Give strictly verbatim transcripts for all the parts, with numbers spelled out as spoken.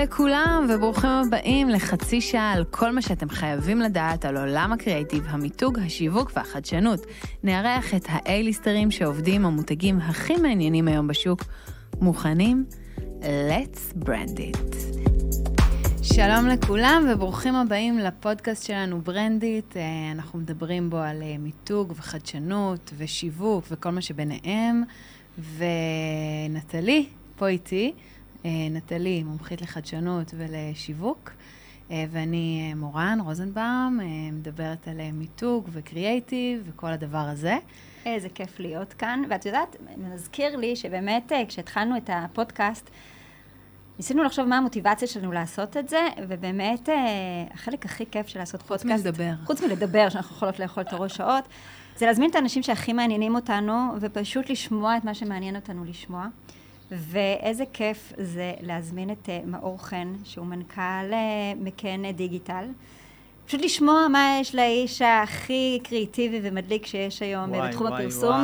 לכולם וברוכים הבאים לחצי שעה על כל מה שאתם חייבים לדעת על עולם הקריאיטיב, המיתוג, השיווק והחדשנות. נארח את ה-A-ליסטרים שעובדים המותגים הכי מעניינים היום בשוק. מוכנים? Let's brand it. שלום לכולם וברוכים הבאים לפודקאסט שלנו ברנדיט. אנחנו מדברים בו על מיתוג וחדשנות ושיווק וכל מה שביניהם. ונטלי, פה איתי. נטלי, מומחית לחדשנות ולשיווק, ואני מורן רוזנבאום, מדברת על מיתוג וקריאייטיב וכל הדבר הזה. איזה כיף להיות כאן, ואת יודעת, מזכיר לי שבאמת כשהתחלנו את הפודקאסט, ניסינו לחשוב מה המוטיבציה שלנו לעשות את זה, ובאמת החלק הכי כיף של לעשות פודקאסט, חוץ מלדבר. חוץ מלדבר, שאנחנו יכולות לאכול את הראש שעות, זה להזמין את האנשים שהכי מעניינים אותנו, ופשוט לשמוע את מה שמעניין אותנו לשמוע. ואיזה כיף זה להזמין את מאור חן, שהוא מנכ"ל מקן דיגיטל. פשוט לשמוע מה יש לאיש הכי קריאיטיבי ומדליק שיש היום וואי, בתחום וואי, הפרסום.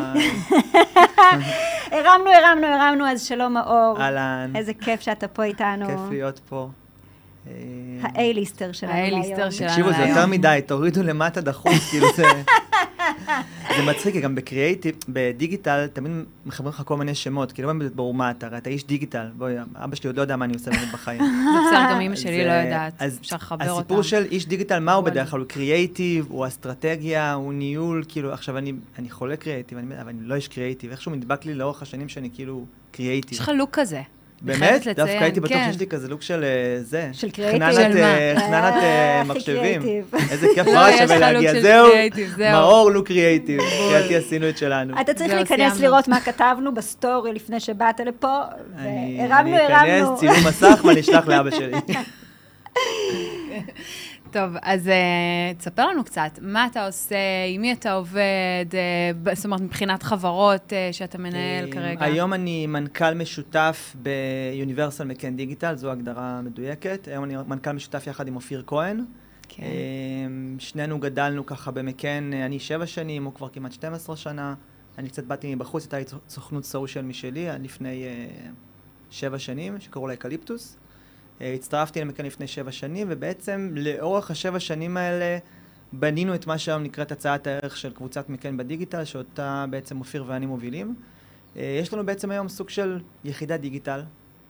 הרמנו, הרמנו, הרמנו, אז שלום מאור. אהלן. איזה כיף שאתה פה איתנו. כיף להיות פה. ה-A-ליסטר שלנו היום. ה-A-ליסטר שלנו תקשיבו, זה יותר מדי, תורידו למטה דחוס, כאילו זה... זה מצחיק, גם בקריאייטיב, בדיגיטל, תמיד מחברים לך כל מיני שמות, כאילו לא ברור מה אתה, הרי אתה איש דיגיטל, בואי, אבא שלי עוד לא יודע מה אני עושה באמת בחיים. זה בסדר, גם אמא שלי לא יודעת, אפשר לחבר אותם. הסיפור של איש דיגיטל, מה הוא בדרך כלל? הוא קריאייטיב, הוא אסטרטגיה, הוא ניהול, כאילו, עכשיו אני חולה קריאייטיב, אבל אני לא איש קריאייטיב, איכשהו מדבק לי לאורך השנים שאני כאילו קריאייטיב. יש לך לוק כזה. באמת? דווקא הייתי בטוח שיש לי כזה לוק של זה. של קריאייטיב. חננת מחשבים. איזה כיף רע שווה להגיע. זהו, מאור לוק קריאייטיב. קריאייטיב עשינו את שלנו. אתה צריך להיכנס לראות מה כתבנו בסטורי לפני שבאת לפה. אני הרמנו, הרמנו. אכנס, צילום מסך ואני אשלח לאבא שלי. טוב, אז תספר לנו קצת, מה אתה עושה, עם מי אתה עובד, זאת אומרת, מבחינת חברות שאתה מנהל כרגע? היום אני מנכ"ל משותף ביוניברסל מקן דיגיטל, זו הגדרה מדויקת. היום אני מנכ"ל משותף יחד עם אופיר כהן. כן. שנינו גדלנו ככה במקן, אני שבע שנים, הוא כבר כמעט שתים עשרה שנה. אני קצת באתי מבחוץ, הייתה לי סוכנות סושיאל משלי לפני שבע שנים, שקראו לה אקליפטוס. הצטרפתי למקן לפני שבע שנים, ובעצם לאורך השבע שנים האלה בנינו את מה שהיום נקראת הצעת הערך של קבוצת מקן בדיגיטל, שאותה בעצם אופיר ואני מובילים. יש לנו בעצם היום סוג של יחידה דיגיטל,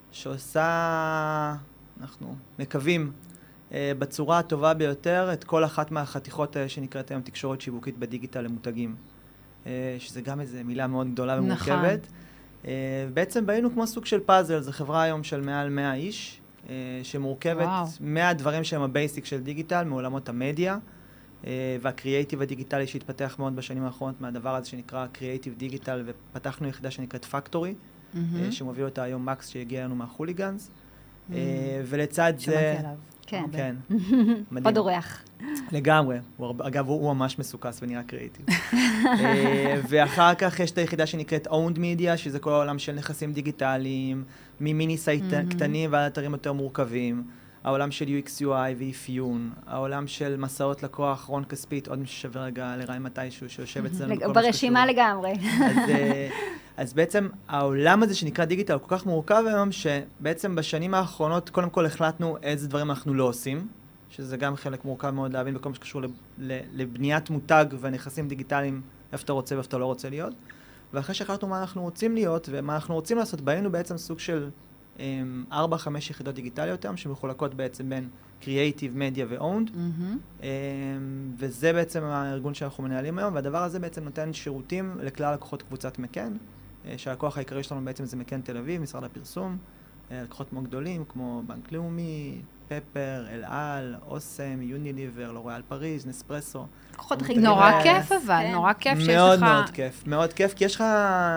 שעושה, אנחנו מקווים, בצורה הטובה ביותר את כל אחת מהחתיכות שנקראת היום תקשורת שיווקית בדיגיטל למותגים. שזה גם איזו מילה מאוד גדולה ומורכבת. נכון. בעצם בנינו כמו סוג של פאזל, זו חברה היום של מעל מאה איש, שמורכבת מהדברים שהם הבייסיק של דיגיטל, מעולמות המדיה, והקריאייטיב הדיגיטלי שהתפתח מאוד בשנים האחרונות מהדבר הזה שנקרא קריאייטיב דיגיטל, ופתחנו יחידה שנקראת פקטורי, שמוביל אותה היום מקס שהגיע לנו מהחוליגנס, ולצד זה... שמעתי עליו. כן. כן. עוד אורח. לגמרי. אגב, הוא ממש מסוכס ונראה קריאייטיב. ואחר כך יש את היחידה שנקראת Owned Media, שזה כל העולם של נכסים דיגיטליים, ממיני סייט קטנים ועד אתרים יותר מורכבים, העולם של יו אקס יו איי ואפיון, העולם של מסעות לקוח, רון כספית, עוד משווה רגע לראי מתישהו שיושב אצלנו. ברשימה לגמרי. אז בעצם העולם הזה שנקרא דיגיטל הוא כל כך מורכב היום, שבעצם בשנים האחרונות קודם כל החלטנו איזה דברים אנחנו לא עושים, שזה גם חלק מורכב מאוד להבין בכל מה שקשור לבניית מותג ונכסים דיגיטליים, איפה אתה רוצה ואיפה אתה לא רוצה להיות. ואחרי שהחלטנו מה אנחנו רוצים להיות ומה אנחנו רוצים לעשות, בנינו בעצם סוג של ארבע, חמש יחידות דיגיטליות היום, שמחולקות בעצם בין קריאייטיב, מדיה ו-owned. Mm-hmm. וזה בעצם הארגון שאנחנו מנהלים היום, והדבר הזה בעצם נותן שירותים לכלל לקוחות קבוצת מקן, שהלקוח העיקרי שלנו בעצם זה מקן תל אביב, משרד הפרסום, לקוחות מאוד גדולים כמו בנק לאומי, פפר, אל-על, אוסם, יוניליבר, לוריאל פריז, נספרסו. לקוחות הכי נורא כיף אבל, נורא כיף שיש לך... מאוד מאוד כיף, מאוד כיף, כי יש לך...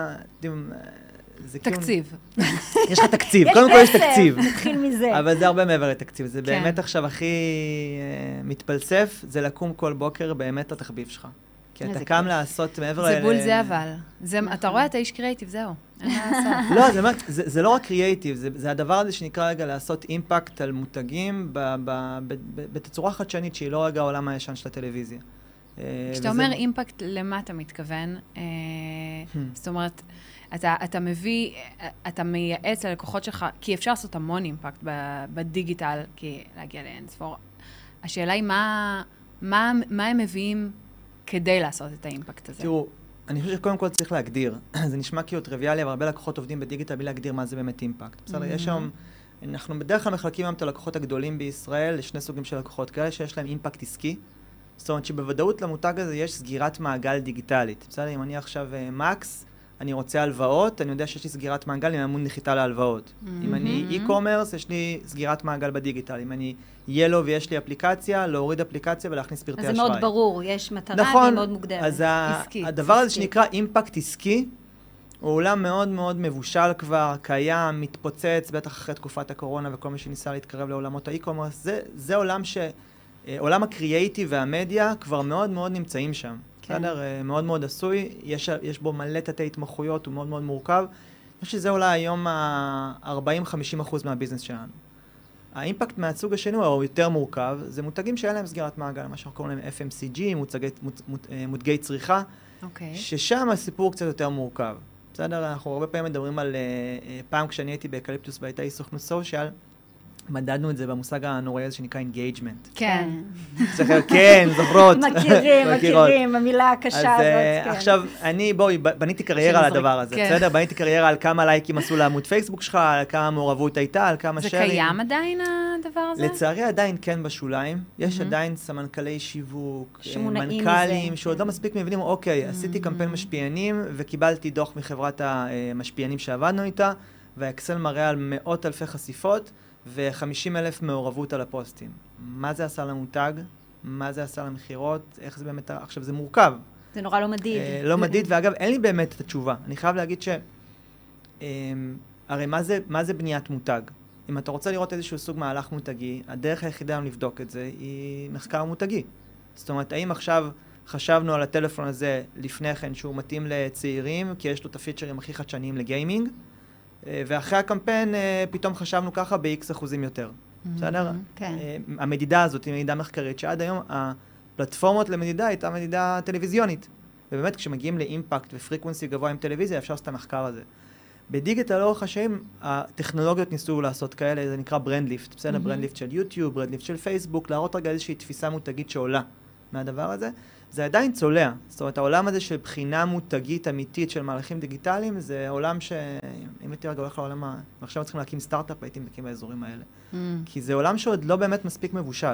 תקציב. יש לך תקציב, קודם כל יש תקציב. נתחיל מזה. אבל זה הרבה מעבר לתקציב, זה באמת עכשיו הכי מתפלסף, זה לקום כל בוקר באמת התחביב שלך. כי אתה קם לעשות מעבר... זה בול זה אבל. אתה רואה, אתה איש קריאייטיב, זהו. לא, זה לא רק קריאייטיב, זה הדבר הזה שנקרא רגע לעשות אימפקט על מותגים בתצורה חדשנית שהיא לא רגע העולם הישן של הטלוויזיה. כשאתה אומר אימפקט, למה אתה מתכוון? זאת אומרת, אתה, אתה מביא, אתה מייעץ ללקוחות שלך, כי אפשר לעשות המון אימפקט בדיגיטל, כי להגיע לאין ספור. השאלה היא מה, מה, מה הם מביאים כדי לעשות את האימפקט הזה? תראו, אני חושב שקודם כל צריך להגדיר. זה נשמע כאילו טריוויאלי, אבל הרבה לקוחות עובדים בדיגיטל בלי להגדיר מה זה באמת אימפקט. בסדר, יש שם, אנחנו בדרך כלל מחלקים היום את הלקוחות הגדולים בישראל לשני סוגים של לקוחות כאלה שיש להם אימפקט עסקי. זאת אומרת שבוודאות למותג הזה יש סגירת מעגל דיגיטלית. בסדר, אם אני עכשיו מקס, אני רוצה הלוואות, אני יודע שיש לי סגירת מעגל עם עמוד נחיתה להלוואות. אם אני אי-קומרס, יש לי סגירת מעגל בדיגיטל. אם אני ילו ויש לי אפליקציה, להוריד אפליקציה ולהכניס פרטי אשראי. אז זה מאוד ברור, יש מטרה, היא מאוד מוגדרת. אז הדבר הזה שנקרא אימפקט עסקי, הוא עולם מאוד מאוד מבושל כבר, קיים, מתפוצץ, בטח אחרי תקופת הקורונה וכל מי שניסה להתקרב לעולמות האי-קומרס. זה, זה עולם ש... עולם הקריאייטיב והמדיה כבר מאוד מאוד נמצאים שם. בסדר? מאוד מאוד עשוי, יש, יש בו מלא תתי התמחויות, הוא מאוד מאוד מורכב. אני חושב שזה אולי היום ה-ארבעים עד חמישים אחוז מהביזנס שלנו. האימפקט מהסוג השני הוא יותר מורכב, זה מותגים שאין להם סגירת מעגל, מה שאנחנו קוראים להם אף אם סי ג'י, מותגי, מות, מות, מותגי צריכה, okay. ששם הסיפור קצת יותר מורכב. בסדר? אנחנו הרבה פעמים מדברים על, פעם כשאני הייתי באקליפטוס והייתה סוכנות סושיאל, מדדנו את זה במושג הנוראי הזה שנקרא engagement. כן. כן, זוכרות. מכירים, מכירים, המילה הקשה הזאת. אז עכשיו, אני, בואי, בניתי קריירה על הדבר הזה, בסדר? בניתי קריירה על כמה לייקים עשו לעמוד פייסבוק שלך, על כמה מעורבות הייתה, על כמה שרים. זה קיים עדיין הדבר הזה? לצערי עדיין כן בשוליים. יש עדיין סמנכלי שיווק, מנכ"לים, שעוד לא מספיק מבינים, אוקיי, עשיתי קמפיין משפיענים, וקיבלתי דוח מחברת המשפיענים שעבדנו איתה, והאקסל מראה על מאות אלפי חשיפות, ו-חמישים אלף מעורבות על הפוסטים. מה זה עשה למותג? מה זה עשה למחירות? איך זה באמת... עכשיו, זה מורכב. זה נורא לא מדיד. אה, לא מדיד, ואגב, אין לי באמת את התשובה. אני חייב להגיד ש... אה, הרי מה זה, מה זה בניית מותג? אם אתה רוצה לראות איזשהו סוג מהלך מותגי, הדרך היחידה לבדוק את זה היא מחקר מותגי. זאת אומרת, האם עכשיו חשבנו על הטלפון הזה לפני כן שהוא מתאים לצעירים, כי יש לו את הפיצ'רים הכי חדשניים לגיימינג, ואחרי הקמפיין פתאום חשבנו ככה ב-X אחוזים יותר. בסדר? כן. המדידה הזאת היא מדידה מחקרית, שעד היום הפלטפורמות למדידה הייתה מדידה טלוויזיונית. ובאמת כשמגיעים לאימפקט ופריקוונסי גבוה עם טלוויזיה, אפשר לעשות את המחקר הזה. בדיגיטל לאורך השנים, הטכנולוגיות ניסו לעשות כאלה, זה נקרא ברנד ליפט. בסדר? ברנד ליפט של יוטיוב, ברנד ליפט של פייסבוק, להראות רגע איזושהי תפיסה מותגית שעולה מהדבר הזה. זה עדיין צולע. זאת אומרת, העולם הזה של בחינה מותגית אמיתית של מהלכים דיגיטליים, זה עולם ש... אם הייתי רגע הולך לעולם ה... ועכשיו צריכים להקים סטארט-אפ, הייתי מקים באזורים האלה. Mm. כי זה עולם שעוד לא באמת מספיק מבושל.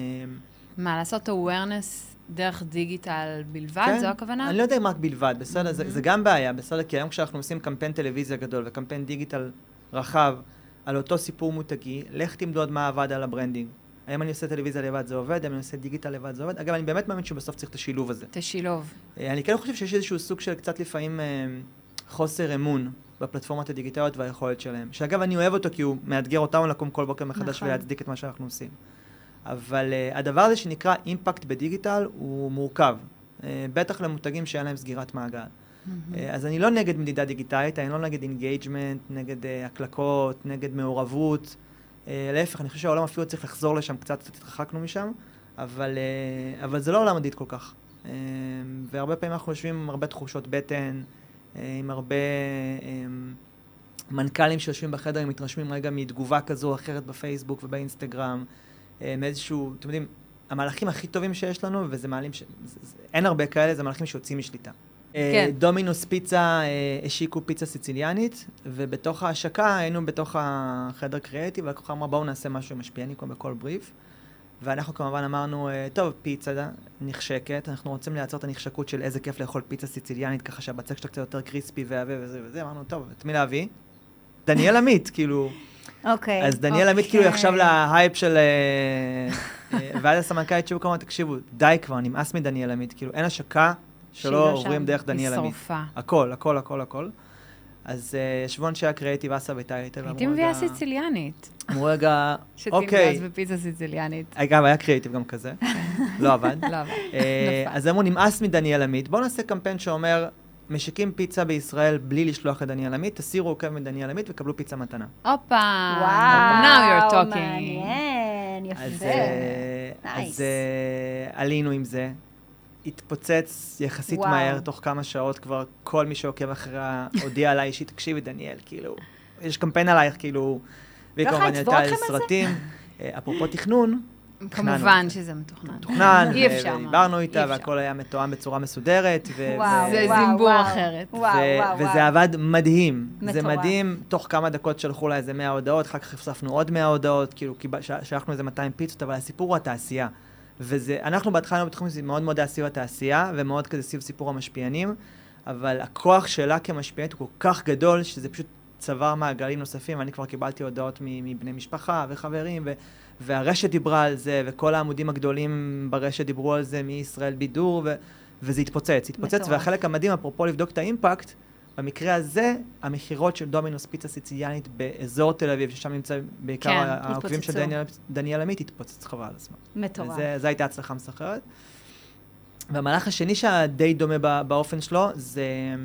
מה, לעשות awareness דרך דיגיטל בלבד? כן. זו הכוונה? אני לא יודע אם רק בלבד, בסדר? Mm-hmm. זה, זה גם בעיה, בסדר? כי היום כשאנחנו עושים קמפיין טלוויזיה גדול וקמפיין דיגיטל רחב על אותו סיפור מותגי, לך תמדוד מה עבד על הברנדינג. האם אני עושה טלוויזיה לבד זה עובד, האם אני עושה דיגיטל לבד זה עובד. אגב, אני באמת מאמין שבסוף צריך את השילוב הזה. את השילוב. אני כן חושב שיש איזשהו סוג של קצת לפעמים חוסר אמון בפלטפורמות הדיגיטליות והיכולת שלהם. שאגב, אני אוהב אותו כי הוא מאתגר אותנו לקום כל בוקר מחדש ולהצדיק את מה שאנחנו עושים. אבל הדבר הזה שנקרא אימפקט בדיגיטל הוא מורכב. בטח למותגים שאין להם סגירת מעגל. אז אני לא נגד מדידה דיגיטלית, אני לא נגד אינגייג'מנט, נגד הקלקות, נגד מעורבות. להפך, אני חושב שהעולם אפילו צריך לחזור לשם, קצת התרחקנו משם, אבל, אבל זה לא עולם מדיד כל כך. והרבה פעמים אנחנו יושבים עם הרבה תחושות בטן, עם הרבה מנכ"לים שיושבים בחדר, הם מתרשמים רגע מתגובה כזו או אחרת בפייסבוק ובאינסטגרם, מאיזשהו, אתם יודעים, המהלכים הכי טובים שיש לנו, וזה מהלכים, ש... אין הרבה כאלה, זה מהלכים שיוצאים משליטה. כן. דומינוס פיצה השיקו פיצה סיציליאנית, ובתוך ההשקה היינו בתוך החדר קריאייטיב, והלקוחה אמרה בואו נעשה משהו משפיעני כמו בכל בריף, ואנחנו כמובן אמרנו, טוב, פיצה נחשקת, אנחנו רוצים לייצר את הנחשקות של איזה כיף לאכול פיצה סיציליאנית, ככה שהבצק שלה קצת יותר קריספי ועבה וזה וזה, אמרנו, טוב, את מי להביא? דניאל עמית, כאילו. אוקיי. אז דניאל עמית כאילו יחשב להייפ של... ועד הסמנכ"לית שהוא כמובן, תקשיבו, די כבר, נמאס מדניאל עמית, כאילו אין השקה שלא עוברים דרך דניאל עמית. הכל, הכל, הכל, הכל. אז ישבו אנשי הקריאייטיב, אסה ואיתי היטל. הייתי מביאה סיציליאנית. אמרו רגע, אוקיי. שתים גז בפיצה סיציליאנית. אגב, היה קריאייטיב גם כזה. לא עבד. לא עבד. אז אמרו, נמאס מדניאל עמית. בואו נעשה קמפיין שאומר, משיקים פיצה בישראל בלי לשלוח את דניאל עמית, תסירו עוקב מדניאל עמית וקבלו פיצה מתנה. הופה. וואו. Now you're talking. מעניין, יפה. אז עלינו עם זה. התפוצץ יחסית וואו. מהר, תוך כמה שעות כבר כל מי שעוקב אחריה הודיע עליי אישית, תקשיבי דניאל, כאילו, יש קמפיין עלייך, כאילו, והיא כמובן הייתה על סרטים. אפרופו תכנון, כמובן שזה מתוכנן. מתוכנן, ודיברנו איתה, והכל היה מתואם בצורה מסודרת. זה זימבור אחרת. וזה עבד מדהים. זה מדהים, תוך כמה דקות שלחו לה איזה מאה הודעות, אחר כך הפספנו עוד מאה הודעות, כאילו, שלחנו איזה מאתיים פיצות, אבל הסיפור הוא התעשייה. ואנחנו בהתחלה בתחום הזה מאוד מאוד היה סביב התעשייה, ומאוד כזה סביב סיפור המשפיענים, אבל הכוח שלה כמשפיענית הוא כל כך גדול, שזה פשוט צבר מעגלים נוספים, ואני כבר קיבלתי הודעות מבני משפחה וחברים, ו- והרשת דיברה על זה, וכל העמודים הגדולים ברשת דיברו על זה מישראל בידור, ו- וזה התפוצץ, התפוצץ, והחלק המדהים, אפרופו לבדוק את האימפקט, במקרה הזה, המחירות של דומינוס פיצה סיציליאנית באזור תל אביב, ששם נמצא בעיקר כן, העוקבים של דניאל, דניאל עמית, התפוצץ חבל על עצמה. מטורף. וזה הייתה הצלחה מסחררת. והמהלך השני שהדי דומה באופן שלו, זה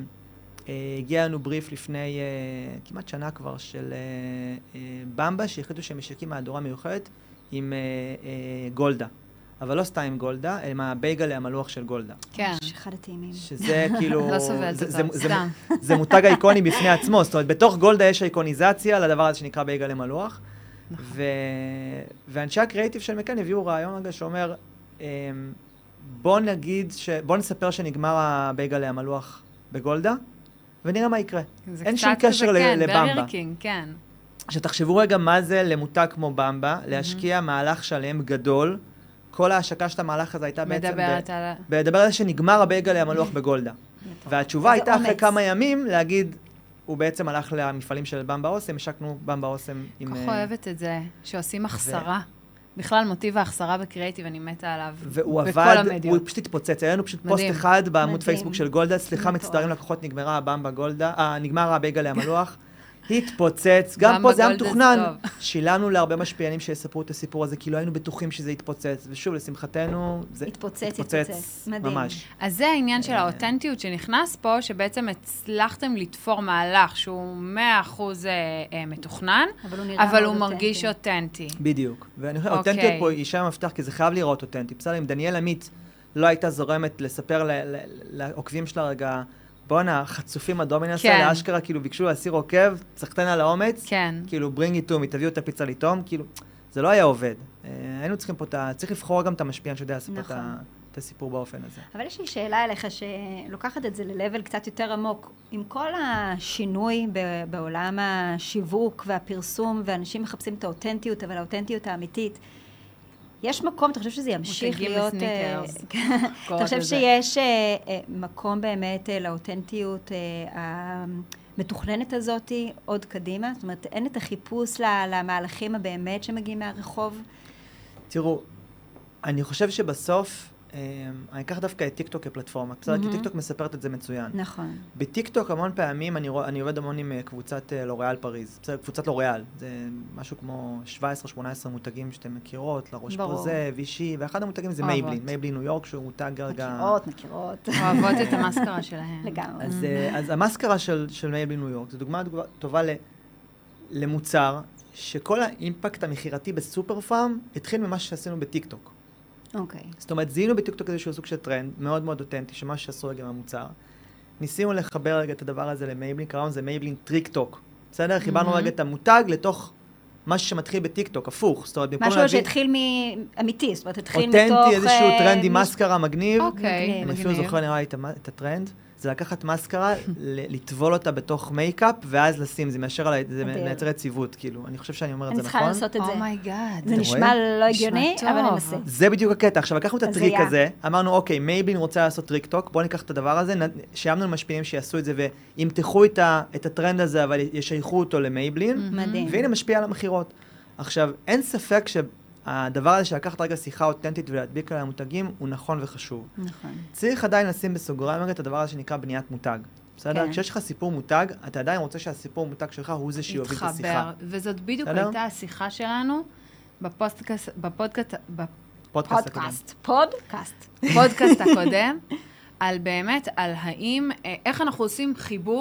הגיע לנו בריף לפני כמעט שנה כבר של במבה, שהחליטו שהם משקים מהדורה מיוחדת עם גולדה. אבל לא סתם עם גולדה, אלא עם הבייגלה המלוח של גולדה. כן. שאחד הטעימים. שזה כאילו... לא סובלת אותם, סתם. זה מותג איקוני בפני עצמו, זאת אומרת, בתוך גולדה יש איקוניזציה לדבר הזה שנקרא בייגלה מלוח. ואנשי הקריאיטיב של מקן הביאו רעיון רגע שאומר, בוא נגיד, בוא נספר שנגמר הבייגלה המלוח בגולדה, ונראה מה יקרה. אין שום קשר לבמבה. כן. שתחשבו רגע מה זה למותג כמו במבה, להשקיע מהלך שלם גדול, כל ההשקה של המהלך הזה הייתה בעצם... מדברת על... מדבר על זה שנגמר הבייגלה המלוח בגולדה. והתשובה הייתה אחרי כמה ימים להגיד, הוא בעצם הלך למפעלים של במבה אוסם, השקנו במבה אוסם עם... כך אוהבת את זה, שעושים החסרה. בכלל מוטיב ההחסרה בקריאיטיב, אני מתה עליו. והוא עבד, הוא פשוט התפוצץ. היה לנו פשוט פוסט אחד בעמוד פייסבוק של גולדה, סליחה, מצטערים לקוחות, נגמרה הבמבה גולדה, נגמר הבייגלה המלוח. התפוצץ, גם פה זה היה מתוכנן. שילנו להרבה משפיענים שיספרו את הסיפור הזה, כי לא היינו בטוחים שזה יתפוצץ, ושוב, לשמחתנו, זה התפוצץ, התפוצץ, ממש. אז זה העניין של האותנטיות שנכנס פה, שבעצם הצלחתם לתפור מהלך שהוא מאה אחוז מתוכנן, אבל הוא מרגיש אותנטי. בדיוק. ואני חושב, האותנטיות פה היא שם מפתח, כי זה חייב לראות אותנטי. בסדר, אם דניאל עמית לא הייתה זורמת לספר לעוקבים שלה רגע, בואנה, חצופים הדומיננסה, לאשכרה, כאילו, ביקשו להסיר עוקב, צחקתן על האומץ, כאילו, bring it to me, תביאו את הפיצה לטום, כאילו, זה לא היה עובד. היינו צריכים פה, צריך לבחור גם את המשפיען שיודע לספר את הסיפור באופן הזה. אבל יש לי שאלה אליך, שלוקחת את זה ללבל קצת יותר עמוק. עם כל השינוי בעולם השיווק והפרסום, ואנשים מחפשים את האותנטיות, אבל האותנטיות האמיתית, יש מקום, אתה חושב שזה ימשיך להיות... אתה חושב שיש מקום באמת לאותנטיות המתוכננת הזאת עוד קדימה? זאת אומרת, אין את החיפוש למהלכים הבאמת שמגיעים מהרחוב? תראו, אני חושב שבסוף, אני אקח דווקא את טיקטוק כפלטפורמה, בסדר? כי טיקטוק מספרת את זה מצוין. נכון. בטיקטוק המון פעמים אני עובד המון עם קבוצת לוריאל פריז. בסדר, קבוצת לוריאל. זה משהו כמו שבע עשרה שמונה עשרה מותגים שאתם מכירות, לראש פרוזה, וישי, ואחד המותגים זה מייבלין. מייבלין ניו יורק, שהוא מותג רגע... מכירות, מכירות. אוהבות את המסקרה שלהם. לגמרי. אז המסקרה של מייבלין ניו יורק, זו דוגמה טובה למוצר, שכל האימפקט המחירתי בסופר פארם התחיל ממה שעשינו בטיקטוק. אוקיי. זאת אומרת, זיהינו בטיקטוק איזשהו סוג של טרנד, מאוד מאוד אותנטי, שמה שעשו רגע מהמוצר. ניסינו לחבר רגע את הדבר הזה למייבלין, קראנו זה מייבלין טריק-טוק. בסדר? חיברנו רגע את המותג לתוך משהו שמתחיל בטיקטוק, הפוך. זאת אומרת, משהו שהתחיל מאמיתי, זאת אומרת, התחיל מתוך... אותנטי, איזשהו טרנד עם מסקרה מגניב. אוקיי. אני אפילו זוכר נראה לי את הטרנד. זה לקחת מסקרה, לטבול אותה בתוך מייקאפ, ואז לשים, זה מאשר עליי, זה מייצר יציבות, כאילו, אני חושב שאני אומר את זה נכון. אני צריכה לעשות את זה. אומייגאד. זה נשמע לא הגיוני, אבל ננסה. זה בדיוק הקטע. עכשיו, לקחנו את הטריק הזה, אמרנו, אוקיי, מייבלין רוצה לעשות טריק טוק, בואו ניקח את הדבר הזה, שיימנו למשפיעים שיעשו את זה, וימתחו את הטרנד הזה, אבל ישייכו אותו למייבלין. מדהים. והנה משפיע על המחירות. עכשיו, אין ספק ש... הדבר הזה שלקחת רגע שיחה אותנטית ולהדביק על המותגים הוא נכון וחשוב. נכון. צריך עדיין לשים בסוגריים את הדבר הזה שנקרא בניית מותג. בסדר? כן. כשיש לך סיפור מותג, אתה עדיין רוצה שהסיפור מותג שלך הוא זה שיוביל את השיחה. וזאת בדיוק הייתה השיחה שלנו בפודקאסט, בפודקאסט, פודקאסט, פודקאסט, פודקאסט הקודם, על באמת, על האם, איך אנחנו עושים חיבור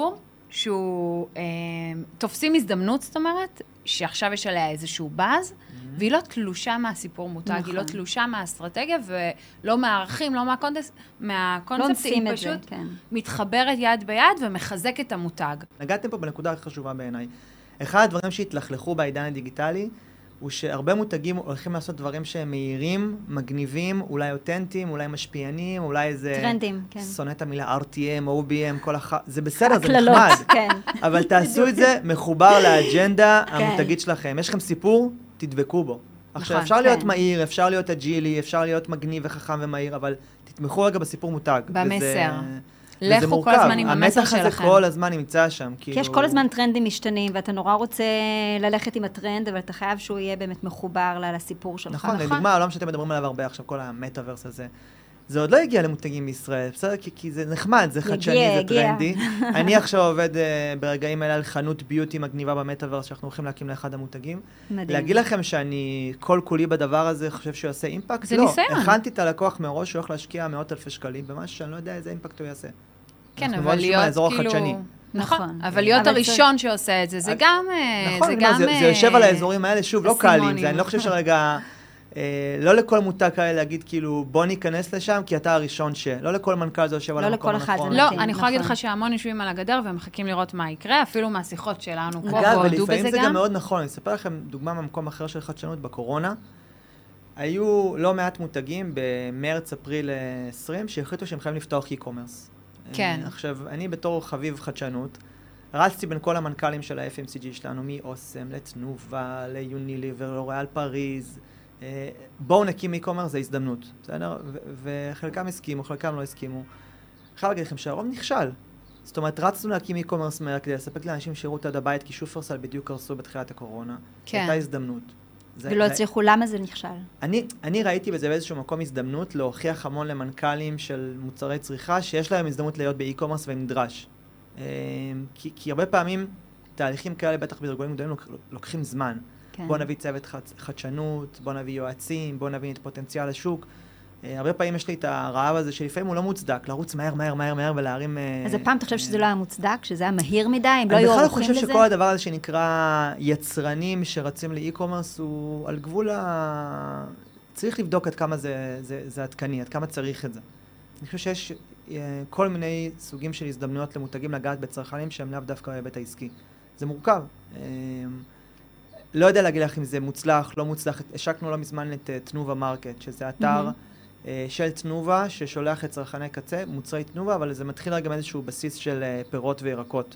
שהוא, אה, תופסים הזדמנות, זאת אומרת, שעכשיו יש עליה איזשהו באז, והיא לא תלושה מהסיפור מותג, נכון. היא לא תלושה מהאסטרטגיה, ולא מהערכים, לא מהקונטקסט, מהקונספט, היא פשוט זה, כן. מתחברת יד ביד ומחזקת את המותג. נגעתם פה בנקודה הכי חשובה בעיניי. אחד הדברים שהתלכלכו בעידן הדיגיטלי, הוא שהרבה מותגים הולכים לעשות דברים שהם מהירים, מגניבים, אולי אותנטיים, אולי משפיענים, אולי איזה... טרנדים, כן. שונא את המילה אר טי אם, או בי אם, כל הח... זה בסדר, זה הכללות, נחמד. כן. אבל תעשו את זה מחובר לאג'נדה המותגית שלכם. יש לכם סיפור, תדבקו בו. עכשיו, אפשר להיות מהיר, אפשר להיות אג'ילי, אפשר להיות מגניב וחכם ומהיר, אבל תתמכו רגע בסיפור מותג. במסר. לכו כל הזמן עם המסר שלכם. המתח הזה כל הזמן נמצא שם. כי יש כל הזמן טרנדים משתנים, ואתה נורא רוצה ללכת עם הטרנד, אבל אתה חייב שהוא יהיה באמת מחובר לסיפור שלך. נכון, לדוגמה, העולם שאתם מדברים עליו הרבה עכשיו, כל המטאברס הזה, זה עוד לא הגיע למותגים בישראל, בסדר? כי זה נחמד, זה חדשני, זה טרנדי. אני עכשיו עובד ברגעים האלה על חנות ביוטי מגניבה במטאברס, שאנחנו הולכים להקים לאחד המותגים. מדהים. להגיד לכם שאני כל כולי בדבר הזה, חושב שהוא יעשה אימפקט? זה ניסיון. לא, הכנתי את הלקוח מראש, שהוא הולך להשקיע מאות אלפי שקלים, במשהו שאני לא יודע איזה אימפקט הוא יעשה. כן, אבל להיות כאילו... נכון, אבל להיות הראשון שעושה את זה, זה גם... נכון, זה יושב על האזורים האלה, שוב, לא קלים, אני לא חושב שרגע... לא לכל מותג כאלה להגיד כאילו בוא ניכנס לשם כי אתה הראשון ש... לא לכל מנכ"ל זה יושב על המקום הנכון. לא, אני יכולה להגיד לך שהמון יושבים על הגדר ומחכים לראות מה יקרה, אפילו מהשיחות שלנו פה, והודו בזה גם. ולפעמים זה גם מאוד נכון, אני אספר לכם דוגמה ממקום אחר של חדשנות בקורונה. היו לא מעט מותגים במרץ, אפריל עשרים שהחליטו שהם חייבים לפתוח e-commerce. כן. עכשיו, אני בתור חביב חדשנות, רצתי בין כל המנכ"לים של ה-אף אם סי ג'י שלנו, מאוסם, לתנובה, ליוניליבר, לוריאל פריז. בואו נקים e-commerce, זה הזדמנות, בסדר? וחלקם הסכימו, חלקם לא הסכימו. אני חייב להגיד לכם שהרוב נכשל. זאת אומרת, רצנו להקים e-commerce מהר כדי לספק לאנשים שירות עד הבית, כי שופרסל בדיוק קרסו בתחילת הקורונה. כן. הייתה הזדמנות. ולא הצליחו, למה זה נכשל? אני, אני ראיתי בזה באיזשהו מקום הזדמנות להוכיח המון למנכ"לים של מוצרי צריכה, שיש להם הזדמנות להיות ב-e-commerce והם נדרש. כי, כי הרבה פעמים תהליכים כאלה, בטח בארגונים גדולים, לוקחים זמן. כן. בוא נביא צוות חדשנות, בוא נביא יועצים, בוא נביא את פוטנציאל השוק. הרבה פעמים יש לי את הרעב הזה שלפעמים הוא לא מוצדק, לרוץ מהר, מהר, מהר, מהר ולהרים... אז הפעם אתה חושב שזה לא היה מוצדק, שזה היה מהיר מדי, אם לא היו ערוכים לזה? אני בכלל חושב שכל הדבר הזה שנקרא יצרנים שרצים לאי-קומרס הוא על גבול ה... צריך לבדוק עד כמה זה, זה, זה עדכני, עד כמה צריך את זה. אני חושב שיש כל מיני סוגים של הזדמנויות למותגים לגעת בצרכנים שהם לאו דווקא בהיבט העסקי. זה מורכב. לא יודע להגיד לך אם זה מוצלח, לא מוצלח. השקנו לא מזמן את תנובה מרקט, שזה אתר mm-hmm. של תנובה ששולח את צרכני קצה, מוצרי תנובה, אבל זה מתחיל גם איזשהו בסיס של פירות וירקות.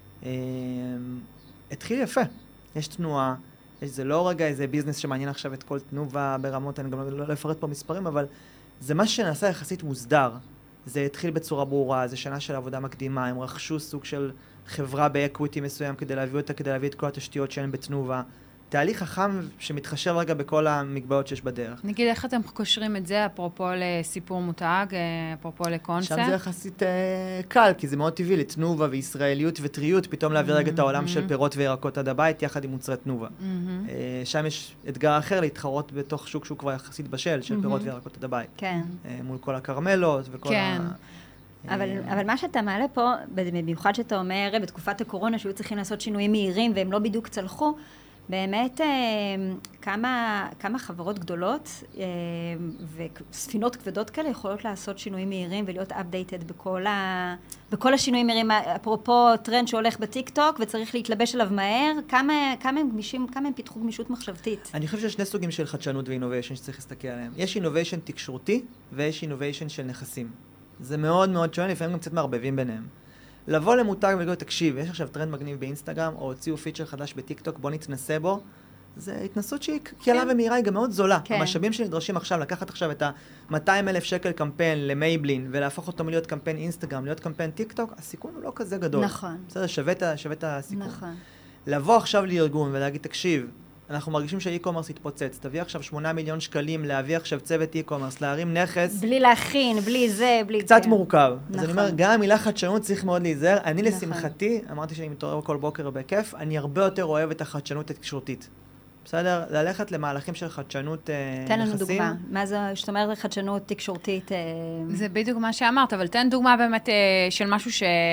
התחיל יפה. יש תנועה, יש, זה לא רגע איזה ביזנס שמעניין עכשיו את כל תנובה ברמות, אני גם לא, לא אפרט פה מספרים, אבל זה מה שנעשה יחסית מוסדר. זה התחיל בצורה ברורה, זה שנה של עבודה מקדימה, הם רכשו סוג של חברה באקוויטי מסוים כדי להביא אותה, כדי להביא את כל התשתיות שלהם בתנובה. תהליך חכם שמתחשב רגע בכל המגבעות שיש בדרך. נגיד, איך אתם קושרים את זה, אפרופו לסיפור מותג, אפרופו לקונספט? שם זה יחסית אה, קל, כי זה מאוד טבעי לתנובה וישראליות וטריות, פתאום להעביר רגע את העולם של פירות וירקות עד הבית, יחד עם מוצרי תנובה. אה, שם יש אתגר אחר להתחרות בתוך שוק שהוא כבר יחסית בשל, של פירות וירקות עד הבית. כן. אה, מול כל הקרמלות וכל כן. ה... אבל, אבל מה שאתה מעלה פה, במיוחד שאתה אומר, בתקופת הקורונה שהיו צריכים לעשות שינויים מהירים והם לא בדיוק צלחו, באמת כמה, כמה חברות גדולות וספינות כבדות כאלה יכולות לעשות שינויים מהירים ולהיות updated בכל, ה, בכל השינויים מהירים, אפרופו טרנד שהולך בטיק-טוק וצריך להתלבש עליו מהר, כמה, כמה הם גמישים, כמה הם פיתחו גמישות מחשבתית? אני חושב שיש שני סוגים של חדשנות ואינוביישן שצריך להסתכל עליהם. יש אינוביישן תקשורתי ויש אינוביישן של נכסים. זה מאוד מאוד שונה, לפעמים גם קצת מערבבים ביניהם. לבוא למותג ולגוד, תקשיב, יש עכשיו טרנד מגניב באינסטגרם, או הוציאו פיצ'ר חדש בטיק-טוק, בוא נתנסה בו. זה התנסות שהיא קלה ומהירה, היא גם מאוד זולה. המשאבים שנדרשים עכשיו, לקחת עכשיו את ה-מאתיים אלף שקל קמפיין למייבלין, ולהפוך אותו מלהיות קמפיין אינסטגרם, להיות קמפיין טיק-טוק, הסיכון הוא לא כזה גדול. נכון. בסדר, שווה את הסיכון. נכון. לבוא עכשיו לארגון ולהגיד, תקשיב, אנחנו מרגישים שהאי-קומרס יתפוצץ, תביא עכשיו שמונה מיליון שקלים, להביא עכשיו צוות אי-קומרס, להרים נכס. בלי להכין, בלי זה, בלי... קצת מורכב. נכון. אז אני אומר, גם המילה חדשנות צריך מאוד להיזהר. אני נכון. לשמחתי, אמרתי שאני מתעורר כל בוקר בכיף, אני הרבה יותר אוהב את החדשנות התקשורתית. בסדר? ללכת למהלכים של חדשנות נכסים. תן לנו דוגמה. מה זה, שאת אומרת חדשנות תקשורתית? זה בדיוק מה שאמרת, אבל תן דוגמה באמת של משהו ש...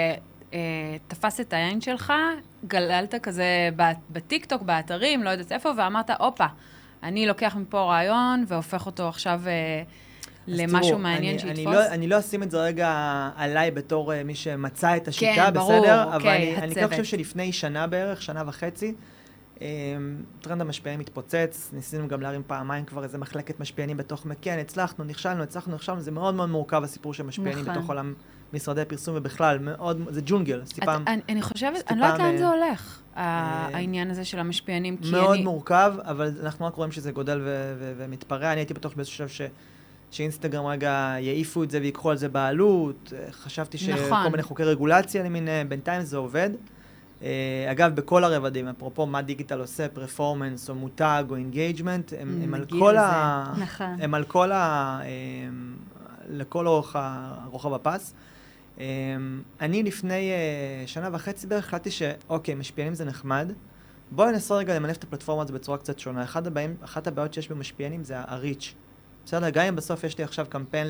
תפס את העין שלך, גללת כזה בטיקטוק, באתרים, לא יודעת איפה, ואמרת, אופה, אני לוקח מפה רעיון והופך אותו עכשיו למשהו מעניין אני, שיתפוס. אני לא, אני לא אשים את זה רגע עליי בתור מי שמצא את השיטה, כן, ברור, בסדר? אוקיי, אבל אני, הצוות. אני כן חושב שלפני שנה בערך, שנה וחצי, טרנד המשפיענים מתפוצץ, ניסינו גם להרים פעמיים כבר איזה מחלקת משפיענים בתוך מקן, הצלחנו, נכשלנו, הצלחנו, נכשלנו, זה מאוד מאוד מורכב הסיפור של משפיענים נכון. בתוך עולם משרדי פרסום ובכלל, מאוד, זה ג'ונגל, סטיפם. אני, אני חושבת, אני לא יודעת לאן זה הולך, העניין הזה של המשפיענים, כי מאוד אני... מורכב, אבל אנחנו רק רואים שזה גודל ו- ו- ומתפרע, אני הייתי בטוח באיזשהו שלב ש... שאינסטגרם רגע יעיפו את זה ויקחו על זה בעלות, חשבתי נכון. שכל מיני חוקי רגולציה למיניהם, בינתיים זה עובד. Uh, אגב, בכל הרבדים, אפרופו מה דיגיטל עושה, פרפורמנס או מותג או אינגייג'מנט, הם, הם על כל ה... נכון. הם על כל ה... הם, לכל אורך הרוחב הפס. Um, אני לפני uh, שנה וחצי בערך החלטתי שאוקיי, משפיענים זה נחמד, בואו ננסה רגע למנף את הפלטפורמה הזו בצורה קצת שונה. אחד הבאים, אחת הבעיות שיש במשפיענים זה הריץ'. בסדר, גם אם בסוף יש לי עכשיו קמפיין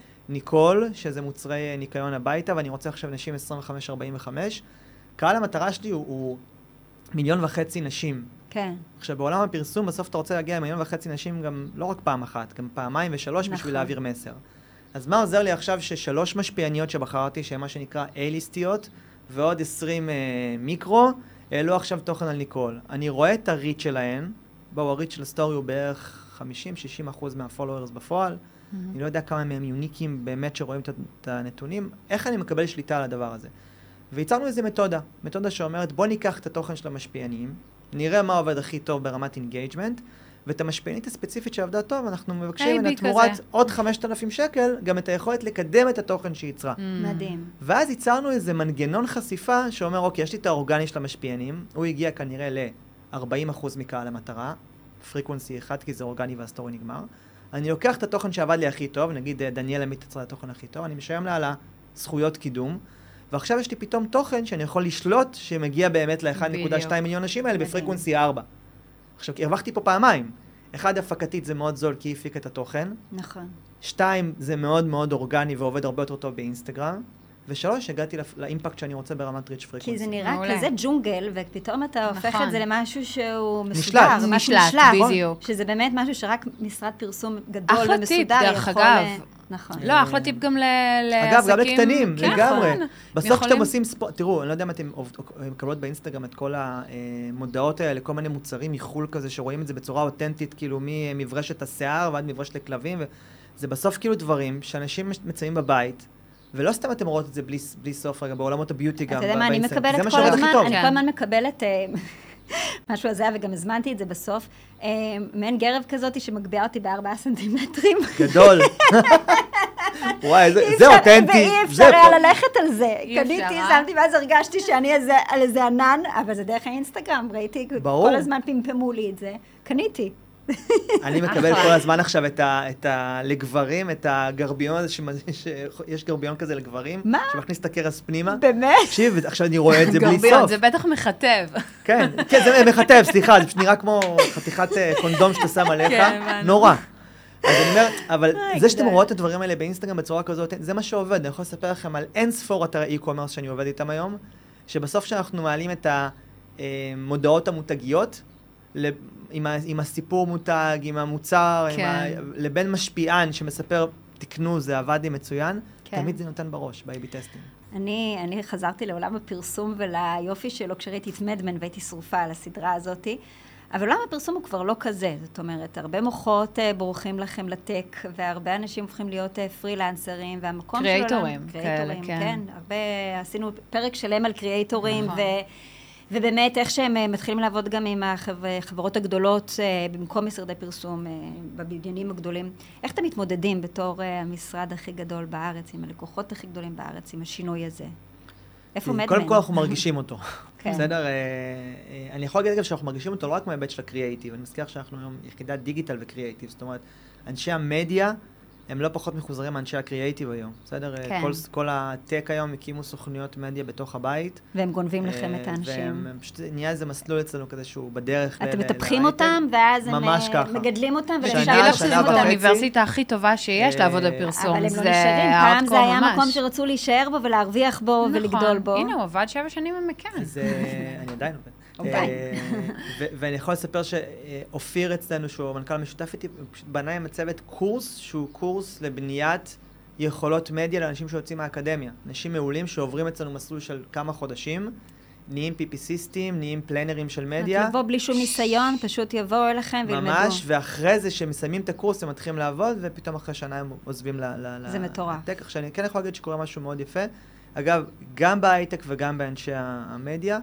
לניקול, שזה מוצרי ניקיון הביתה, ואני רוצה עכשיו נשים עשרים וחמש ארבעים וחמש, קהל המטרה שלי הוא, הוא מיליון וחצי נשים. כן. עכשיו, בעולם הפרסום, בסוף אתה רוצה להגיע למיליון וחצי נשים גם לא רק פעם אחת, גם פעמיים ושלוש נכון. בשביל להעביר מסר. אז מה עוזר לי עכשיו ששלוש משפיעניות שבחרתי, שהן מה שנקרא A-ליסטיות, ועוד עשרים uh, מיקרו, העלו עכשיו תוכן על ניקול. אני רואה את הריץ' שלהן, בואו, הריץ' של הסטורי הוא בערך חמישים עד שישים אחוז מהפולוורס בפועל. Mm-hmm. אני לא יודע כמה מהם יוניקים באמת שרואים את הנתונים. איך אני מקבל שליטה על הדבר הזה? וייצרנו איזו מתודה, מתודה שאומרת, בוא ניקח את התוכן של המשפיענים, נראה מה עובד הכי טוב ברמת אינגייג'מנט, ואת המשפיענית הספציפית שעבדה טוב, אנחנו מבקשים ממנה תמורת עוד חמשת אלפים שקל, גם את היכולת לקדם את התוכן שייצרה. Mm. מדהים. ואז ייצרנו איזה מנגנון חשיפה שאומר, אוקיי, יש לי את האורגני של המשפיענים, הוא הגיע כנראה ל-ארבעים אחוז מקהל המטרה, פריקוונסי אחד, כי זה אורגני והסטורי נגמר. אני לוקח את התוכן שעבד לי הכי טוב, נגיד דניאל עמית יצרה את התוכן הכי טוב, אני משלם לה על הזכויות קידום, ועכשיו יש לי פתאום תוכן שאני יכול לשלוט שמגיע באמת ל-אחד נקודה שתיים מיליון נשים האלה בפריקוונסי ארבע. עכשיו, הרווחתי פה פעמיים. אחד, הפקתית זה מאוד זול כי היא הפיקה את התוכן. נכון. שתיים, זה מאוד מאוד אורגני ועובד הרבה יותר טוב באינסטגרם. ושלוש, הגעתי לאימפקט שאני רוצה ברמת ריץ' פריקוונסי. כי זה נראה כזה ג'ונגל, ופתאום אתה הופך את זה למשהו שהוא נשלט. מסודר, משהו נשלט, בדיוק. שזה באמת משהו שרק משרד פרסום גדול ומסודר יכול... אחלה טיפ, דרך אגב. נכון. לא, אחלה טיפ גם לעסקים. אגב, גם לקטנים, לגמרי. בסוף כשאתם עושים ספורט, תראו, אני לא יודע אם אתם מקבלות באינסטגרם את כל המודעות האלה, כל מיני מוצרים מחול כזה, שרואים את זה בצורה אותנטית, כאילו ממברשת השיער ועד מברשת לכלבים, וזה בסוף כאילו דברים שאנשים מצאים בבית, ולא סתם אתם רואות את זה בלי, בלי סוף רגע, בעולמות הביוטי גם באינסטגרם. זה מה שעובד הכי טוב. אני כל הזמן מקבלת משהו הזה, וגם הזמנתי את זה בסוף. מעין גרב כזאת שמגביעה אותי בארבעה סנטימטרים. גדול. וואי, זה אותנטי. ואי אפשר היה ללכת על זה. קניתי, שמתי, ואז הרגשתי שאני על איזה ענן, אבל זה דרך האינסטגרם, ראיתי, כל הזמן פמפמו לי את זה. קניתי. אני מקבל כל הזמן עכשיו את ה... לגברים, את הגרביון הזה, שיש גרביון כזה לגברים. מה? שמכניס את הקרס פנימה. באמת? תקשיב, עכשיו אני רואה את זה בלי סוף. גרביון, זה בטח מחטב. כן, כן, זה מחטב, סליחה, זה נראה כמו חתיכת קונדום שאתה שם עליך. נורא. אז אני אומר, אבל זה שאתם רואות את הדברים האלה באינסטגרם בצורה כזאת, זה מה שעובד. אני יכול לספר לכם על אין ספור אתרי e-commerce שאני עובד איתם היום, שבסוף שאנחנו מעלים את המודעות המותגיות, עם, ה, עם הסיפור מותג, עם המוצר, כן. עם ה, לבין משפיען שמספר, תקנו, זה עבד לי מצוין, כן. תמיד זה נותן בראש, ב-איי בי טסטינג. אני, אני חזרתי לעולם הפרסום וליופי שלו כשראיתי את מדמן והייתי שרופה על הסדרה הזאת, אבל עולם הפרסום הוא כבר לא כזה, זאת אומרת, הרבה מוחות uh, בורחים לכם לטק, והרבה אנשים הופכים להיות uh, פרילנסרים, והמקום שלו... קריאייטורים, כאלה, כן. כן, הרבה, עשינו פרק שלם על קריאייטורים, נכון. ו... ובאמת, איך שהם מתחילים לעבוד גם עם החברות הגדולות במקום משרדי פרסום, בבניינים הגדולים. איך אתם מתמודדים בתור המשרד הכי גדול בארץ, עם הלקוחות הכי גדולים בארץ, עם השינוי הזה? איפה מדמן? קודם כל אנחנו מרגישים אותו. בסדר? אני יכול להגיד שאנחנו מרגישים אותו לא רק מההיבט של הקריאייטיב, אני מזכיר שאנחנו היום יחידת דיגיטל וקריאייטיב, זאת אומרת, אנשי המדיה הם לא פחות מחוזרים מאנשי הקריאייטיב היום, בסדר? כן. כל, כל הטק היום הקימו סוכנויות מדיה בתוך הבית. והם גונבים לכם את האנשים. והם פשוט נהיה איזה מסלול אצלנו כזה שהוא בדרך. אתם מטפחים אותם, ואז הם מגדלים אותם, ולשם שנה, שנה וחצי. זאת האוניברסיטה הכי טובה שיש לעבוד על פרסום. אבל הם לא נשארים, פעם זה היה מקום שרצו להישאר בו ולהרוויח בו ולגדול בו. הנה, הוא עבד שבע שנים במקן. אני עדיין עובד. ואני יכול לספר שאופיר אצלנו, שהוא מנכ"ל משותף איתי, פשוט בנה עם הצוות קורס, שהוא קורס לבניית יכולות מדיה לאנשים שיוצאים מהאקדמיה. אנשים מעולים שעוברים אצלנו מסלול של כמה חודשים, נהיים פיפיסיסטים, נהיים פלנרים של מדיה. יבוא בלי שום ניסיון, פשוט יבואו אליכם וילמדו. ממש, ואחרי זה שהם מסיימים את הקורס, הם מתחילים לעבוד, ופתאום אחרי שנה הם עוזבים ל... זה מטורף. כך שאני כן יכול להגיד שקורה משהו מאוד יפה. אגב, גם בהייטק וגם באנשי המדיה,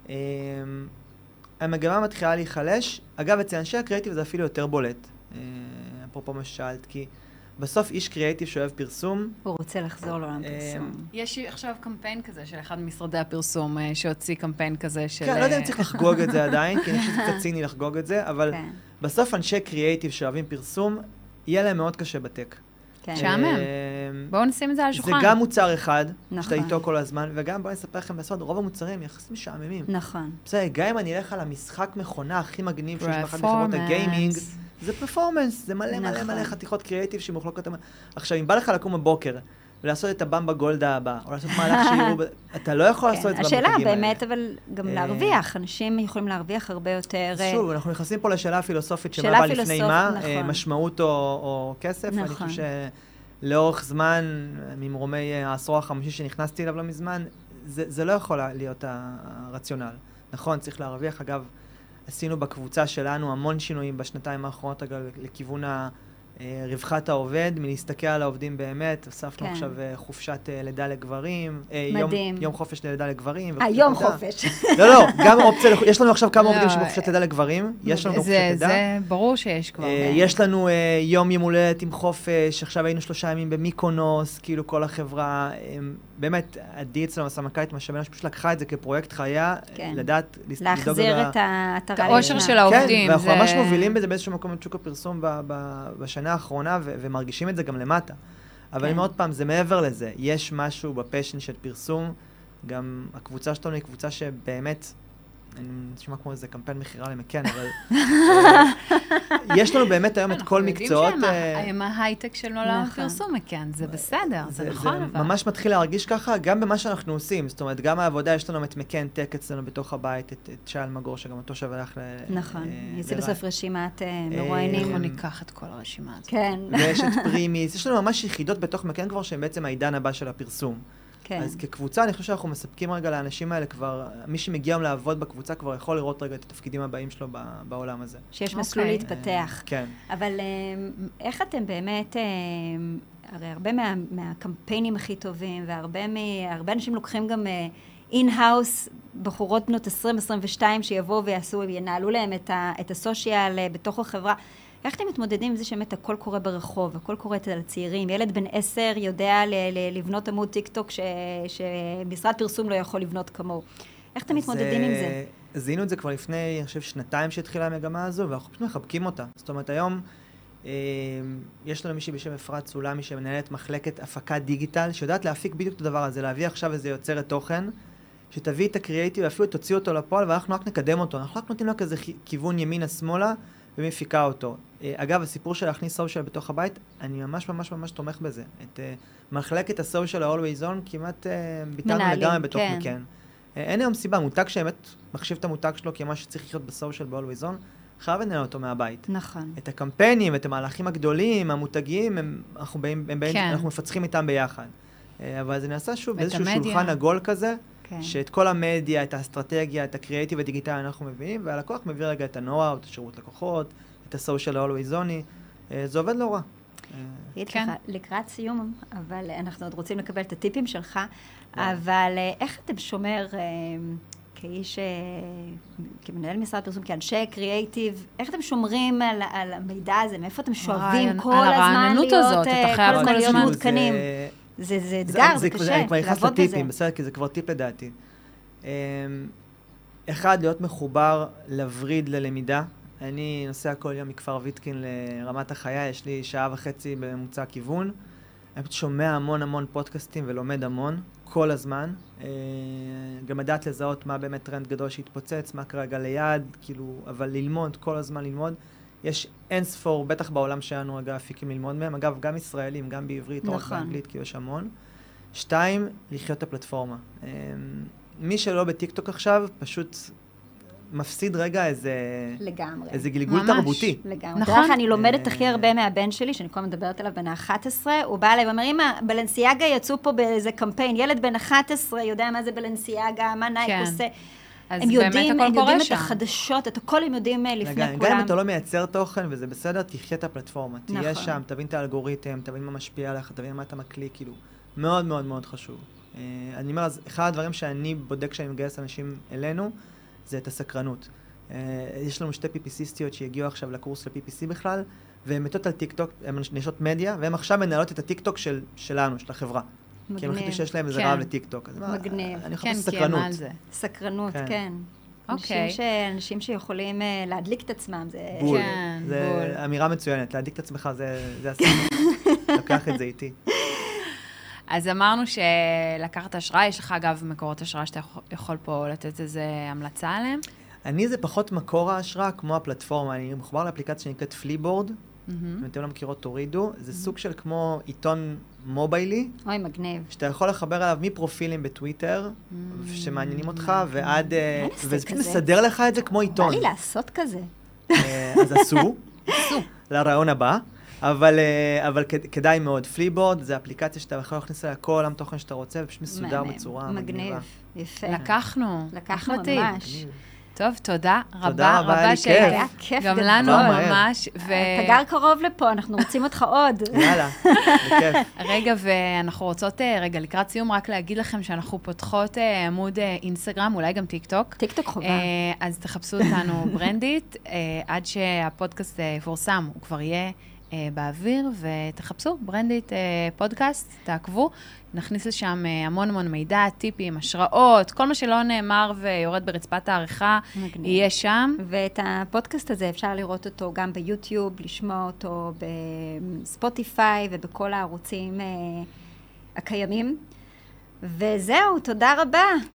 המגמה מתחילה להיחלש. אגב, אצל אנשי הקריאיטיב זה אפילו יותר בולט. אפרופו מה ששאלת, כי בסוף איש קריאיטיב שאוהב פרסום. הוא רוצה לחזור לעולם פרסום. יש עכשיו קמפיין כזה של אחד ממשרדי הפרסום שהוציא קמפיין כזה של... כן, לא יודע אם צריך לחגוג את זה עדיין, כי אני חושב שזה קצת ציני לחגוג את זה, אבל בסוף אנשי קריאיטיב שאוהבים פרסום, יהיה להם מאוד קשה בטק. שעמם. בואו נשים את זה על השולחן. זה גם מוצר אחד, שאתה איתו כל הזמן, וגם בואו נספר לכם בסוד, רוב המוצרים יחסים משעממים. נכון. בסדר, גם אם אני אלך על המשחק מכונה הכי מגניב שיש באחת מחברות הגיימינג, זה פרפורמנס, זה מלא מלא מלא חתיכות קריאיטיב שמוחלקות. עכשיו, אם בא לך לקום בבוקר, ולעשות את הבמבה גולדה הבא, או לעשות מהלך שיראו, אתה לא יכול לעשות את זה במותגים האלה. השאלה באמת, אבל גם להרוויח, אנשים יכולים להרוויח הרבה יותר... שוב, אנחנו נכנסים פה לשאלה הפילוסופית, שמה בא לפני מה, משמעות או כסף, אני חושב שלאורך זמן, ממרומי העשור החמישי שנכנסתי אליו לא מזמן, זה לא יכול להיות הרציונל. נכון, צריך להרוויח. אגב, עשינו בקבוצה שלנו המון שינויים בשנתיים האחרונות, אגב, לכיוון ה... רווחת העובד, מלהסתכל על העובדים באמת, הוספנו כן. עכשיו חופשת לידה לגברים, מדהים. יום, יום חופש ללידה לגברים. אה, יום חופש. לא, לא, גם אופציה, יש לנו עכשיו כמה עובדים שבחופשת לידה לגברים, יש לנו חופשת לידה. זה ברור שיש כבר. יש לנו יום יום הולדת עם חופש, עכשיו היינו שלושה ימים במיקונוס, כאילו כל החברה, באמת, עדי אצלנו הסמנכ"לית משאבינו, שפשוט לקחה את זה כפרויקט חיה, לדעת, להחזיר את האושר של העובדים. כן, ואנחנו ממש מובילים בזה באיזשהו מקום את שוק הפרסום בשנה האחרונה, ומרגישים את זה גם למטה. אבל אם עוד פעם, זה מעבר לזה. יש משהו בפשן של פרסום, גם הקבוצה שלנו היא קבוצה שבאמת, אני נשמע כמו איזה קמפיין מחירה למקן, אבל יש לנו באמת היום את כל מקצועות... אנחנו יודעים שהם ההייטק של עולם הפרסום מקן, זה בסדר, זה נכון. זה ממש מתחיל להרגיש ככה, גם במה שאנחנו עושים. זאת אומרת, גם העבודה, יש לנו את מקן טק אצלנו בתוך הבית, את שייל מגור, שגם אותו שווה לך ל... נכון, יצא בסוף רשימת מרואיינים. אנחנו ניקח את כל הרשימה הזאת. כן. ויש את פרימיס, יש לנו ממש יחידות בתוך מקן כבר, שהן בעצם העידן הבא של הפרסום. כן. אז כקבוצה, אני חושב שאנחנו מספקים רגע לאנשים האלה כבר, מי שמגיע לעבוד בקבוצה כבר יכול לראות רגע את התפקידים הבאים שלו בעולם הזה. שיש מסלול אוקיי. להתפתח. כן. אבל איך אתם באמת, הרי הרבה מה, מהקמפיינים הכי טובים, והרבה הרבה אנשים לוקחים גם אין-האוס, בחורות בנות עשרים עשרים ושתיים שיבואו ויעשו, ינהלו להם את, ה, את הסושיאל בתוך החברה. איך אתם מתמודדים עם זה שבאמת הכל קורה ברחוב, הכל קורה אצל הצעירים? ילד בן עשר יודע ל- ל- לבנות עמוד טיקטוק ש- שמשרד פרסום לא יכול לבנות כמוהו. איך אתם מתמודדים עם זה? זיהינו את זה כבר לפני, אני חושב, שנתיים שהתחילה המגמה הזו, ואנחנו פשוט מחבקים אותה. זאת אומרת, היום אה, יש לנו מישהי בשם אפרת סולמי שמנהלת מחלקת הפקת דיגיטל, שיודעת להפיק בדיוק את הדבר הזה, להביא עכשיו איזה יוצרת תוכן, שתביא את הקריאייטיב, ואפילו תוציא אותו לפועל, ואנחנו רק נקדם אותו. אנחנו רק נותנים לו כזה כיוון ימינה-שמאלה, ומפיקה אותו. אגב, הסיפור של להכניס סושיאל בתוך הבית, אני ממש ממש ממש תומך בזה. את uh, מחלקת הסושיאל ה-Always On, כמעט uh, ביטלנו לגמרי בתוך כן. מכן. Uh, אין היום סיבה, מותג שבאמת מחשיב את המותג שלו כמה שצריך לחיות בסושיאל ב-Always On, חייב לנהל אותו מהבית. נכון. את הקמפיינים, את המהלכים הגדולים, המותגיים, הם, אנחנו, באים, הם באים, כן. אנחנו מפצחים איתם ביחד. Uh, אבל זה נעשה שוב באיזשהו שולחן עגול כזה, כן. שאת כל המדיה, את האסטרטגיה, את הקריאייטיב הדיגיטלי אנחנו מביאים, והלקוח מביא רגע את הנוער, את השירות לקוחות, את הסושיאל ה-Always On, זה עובד לא רע. כן. לקראת סיום, אבל אנחנו עוד רוצים לקבל את הטיפים שלך, אבל איך אתם שומר, כאיש, כמנהל משרד פרסום, כאנשי קריאייטיב, איך אתם שומרים על, על המידע הזה? מאיפה אתם שואבים כל הזמן להיות, כל הזמן להיות מעודכנים? זה, זה אתגר, זה קשה, אני כבר נכנס לטיפים, בסדר, כי זה כבר טיפ לדעתי. אחד, להיות מחובר לווריד ללמידה. אני נוסע כל יום מכפר ויטקין לרמת החיה, יש לי שעה וחצי בממוצע כיוון. אני פשוט שומע המון המון פודקאסטים ולומד המון, כל הזמן. גם לדעת לזהות מה באמת טרנד גדול שהתפוצץ, מה כרגע ליד, כאילו, אבל ללמוד, כל הזמן ללמוד. יש אין ספור, בטח בעולם שלנו, אגב, אפיקים ללמוד מהם. אגב, גם ישראלים, גם בעברית, או רק באנגלית, כי יש המון. שתיים, לחיות את הפלטפורמה. מי שלא בטיקטוק עכשיו, פשוט מפסיד רגע איזה... לגמרי. איזה גלגול תרבותי. לגמרי. נכון. דרך אני לומדת הכי הרבה מהבן שלי, שאני כל מדברת עליו בן ה-אחת עשרה, הוא בא אליי ואומר, אמא, בלנסיאגה יצאו פה באיזה קמפיין, ילד בן אחת עשרה יודע מה זה בלנסיאגה, מה נייק עושה. הם יודעים, הם יודעים את החדשות, את הכל הם יודעים לפני כולם. גם אם אתה לא מייצר תוכן, וזה בסדר, תחיה את הפלטפורמה. תהיה שם, תבין את האלגוריתם, תבין מה משפיע עליך, תבין מה אתה מקליק, כאילו, מאוד מאוד מאוד חשוב. אני אומר, אז אחד הדברים שאני בודק כשאני מגייס אנשים אלינו, זה את הסקרנות. יש לנו שתי פיפיסיסטיות שהגיעו עכשיו לקורס ל-פי פי סי בכלל, והן מתות על טיקטוק, הן נשות מדיה, והן עכשיו מנהלות את הטיקטוק של, שלנו, של החברה. מגניב. כי הם החליטו שיש להם איזה רעב לטיקטוק. מגניב. אני חושב סקרנות. סקרנות, כן. אוקיי. אנשים שיכולים להדליק את עצמם, זה... בול. זה אמירה מצוינת, להדליק את עצמך, זה הסיפור. לקח את זה איתי. אז אמרנו שלקחת השראה, יש לך אגב מקורות השראה שאתה יכול פה לתת איזו המלצה עליהם? אני זה פחות מקור ההשראה כמו הפלטפורמה, אני מחובר לאפליקציה שנקראת פליבורד, אם אתם לא מכירות תורידו, זה סוג של כמו עיתון מוביילי. אוי, מגניב. שאתה יכול לחבר עליו מפרופילים בטוויטר, שמעניינים אותך, ועד... וזה פשוט מסדר לך את זה כמו עיתון. בא לי לעשות כזה. אז עשו, לרעיון הבא. אבל, אבל כדאי מאוד. פליבורד זה אפליקציה שאתה יכול להכניס עליה כל העם תוכן שאתה רוצה, ופשוט מסודר בצורה מגניבה. מגניב, יפה. לקחנו. לקחנו ממש. טוב, תודה רבה. תודה רבה, היה לי כיף. היה כיף גם לנו ממש. אתה גר קרוב לפה, אנחנו רוצים אותך עוד. יאללה, בכיף. רגע, ואנחנו רוצות, רגע, לקראת סיום, רק להגיד לכם שאנחנו פותחות עמוד אינסטגרם, אולי גם טיקטוק. טיקטוק חובה. אז תחפשו אותנו ברנדית, עד שהפודקאסט יפורסם, הוא כבר יהיה באוויר, ותחפשו ברנדית פודקאסט, תעקבו, נכניס לשם המון המון מידע, טיפים, השראות, כל מה שלא נאמר ויורד ברצפת העריכה, יהיה שם. ואת הפודקאסט הזה אפשר לראות אותו גם ביוטיוב, לשמוע אותו בספוטיפיי ובכל הערוצים הקיימים. וזהו, תודה רבה.